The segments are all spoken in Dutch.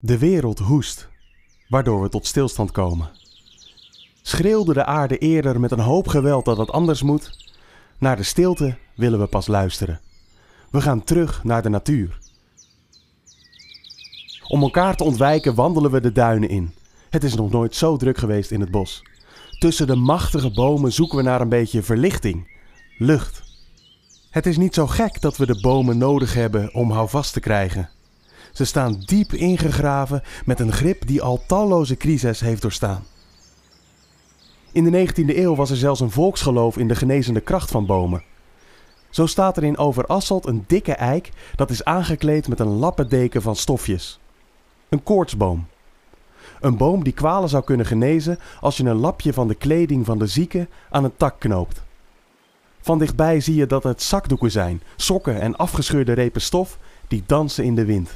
De wereld hoest, waardoor we tot stilstand komen. Schreeuwde de aarde eerder met een hoop geweld dat het anders moet? Naar de stilte willen we pas luisteren. We gaan terug naar de natuur. Om elkaar te ontwijken wandelen we de duinen in. Het is nog nooit zo druk geweest in het bos. Tussen de machtige bomen zoeken we naar een beetje verlichting, lucht. Het is niet zo gek dat we de bomen nodig hebben om houvast te krijgen. Ze staan diep ingegraven met een grip die al talloze crises heeft doorstaan. In de 19e eeuw was er zelfs een volksgeloof in de genezende kracht van bomen. Zo staat er in Overasselt een dikke eik dat is aangekleed met een lappendeken van stofjes. Een koortsboom. Een boom die kwalen zou kunnen genezen als je een lapje van de kleding van de zieke aan een tak knoopt. Van dichtbij zie je dat het zakdoeken zijn, sokken en afgescheurde repen stof die dansen in de wind.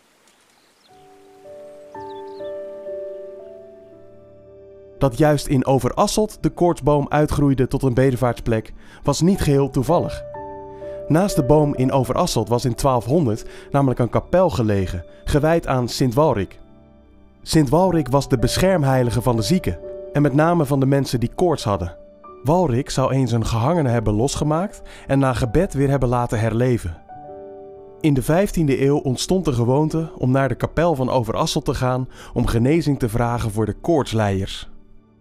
Dat juist in Overasselt de koortsboom uitgroeide tot een bedevaartsplek was niet geheel toevallig. Naast de boom in Overasselt was in 1200 namelijk een kapel gelegen, gewijd aan Sint Walric. Sint Walric was de beschermheilige van de zieken en met name van de mensen die koorts hadden. Walric zou eens een gehangene hebben losgemaakt en na gebed weer hebben laten herleven. In de 15e eeuw ontstond de gewoonte om naar de kapel van Overasselt te gaan om genezing te vragen voor de koortslijers.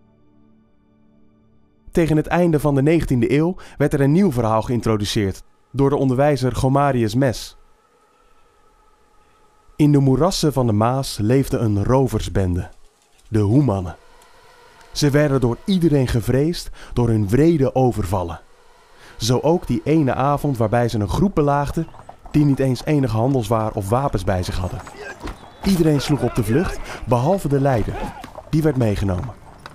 Tegen het einde van de 19e eeuw werd er een nieuw verhaal geïntroduceerd door de onderwijzer Gomarius Mes. In de moerassen van de Maas leefde een roversbende, de Hoemannen. Ze werden door iedereen gevreesd door hun wrede overvallen. Zo ook die ene avond waarbij ze een groep belaagden die niet eens enig handelswaar of wapens bij zich hadden. Iedereen sloeg op de vlucht, behalve de leider. Die werd meegenomen.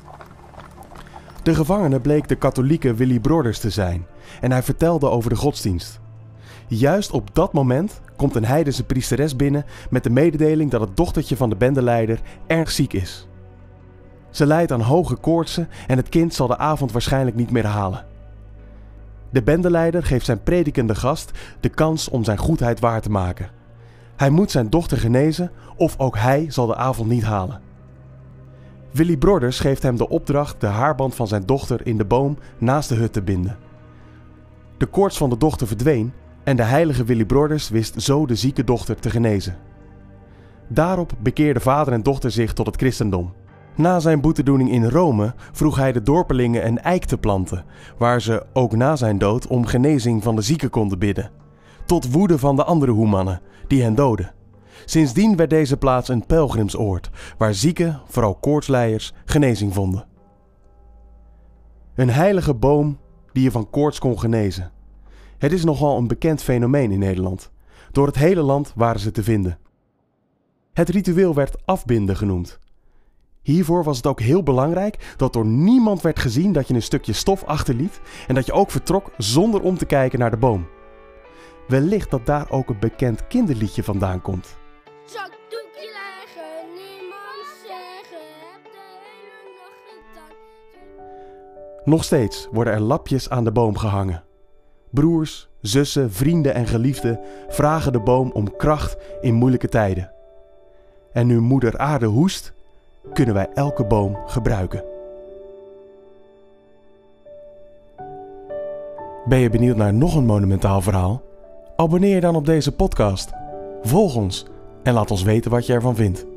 De gevangene bleek de katholieke Willy Broders te zijn en hij vertelde over de godsdienst. Juist op dat moment komt een heidense priesteres binnen met de mededeling dat het dochtertje van de bendeleider erg ziek is. Ze lijdt aan hoge koortsen en het kind zal de avond waarschijnlijk niet meer halen. De bendeleider geeft zijn predikende gast de kans om zijn goedheid waar te maken. Hij moet zijn dochter genezen of ook hij zal de avond niet halen. Willy Broders geeft hem de opdracht de haarband van zijn dochter in de boom naast de hut te binden. De koorts van de dochter verdween en de heilige Willy Broders wist zo de zieke dochter te genezen. Daarop bekeerden vader en dochter zich tot het christendom. Na zijn boetedoening in Rome vroeg hij de dorpelingen een eik te planten, waar ze ook na zijn dood om genezing van de zieken konden bidden. Tot woede van de andere Hoemannen, die hen doodden. Sindsdien werd deze plaats een pelgrimsoord, waar zieken, vooral koortslijers, genezing vonden. Een heilige boom die je van koorts kon genezen. Het is nogal een bekend fenomeen in Nederland. Door het hele land waren ze te vinden. Het ritueel werd afbinden genoemd. Hiervoor was het ook heel belangrijk dat door niemand werd gezien dat je een stukje stof achterliet en dat je ook vertrok zonder om te kijken naar de boom. Wellicht dat daar ook een bekend kinderliedje vandaan komt. Zakdoekje leggen, niemand zeggen, heb de hele nacht gedaan. Nog steeds worden er lapjes aan de boom gehangen. Broers, zussen, vrienden en geliefden vragen de boom om kracht in moeilijke tijden. En nu moeder aarde hoest, kunnen wij elke boom gebruiken. Ben je benieuwd naar nog een monumentaal verhaal? Abonneer je dan op deze podcast. Volg ons en laat ons weten wat je ervan vindt.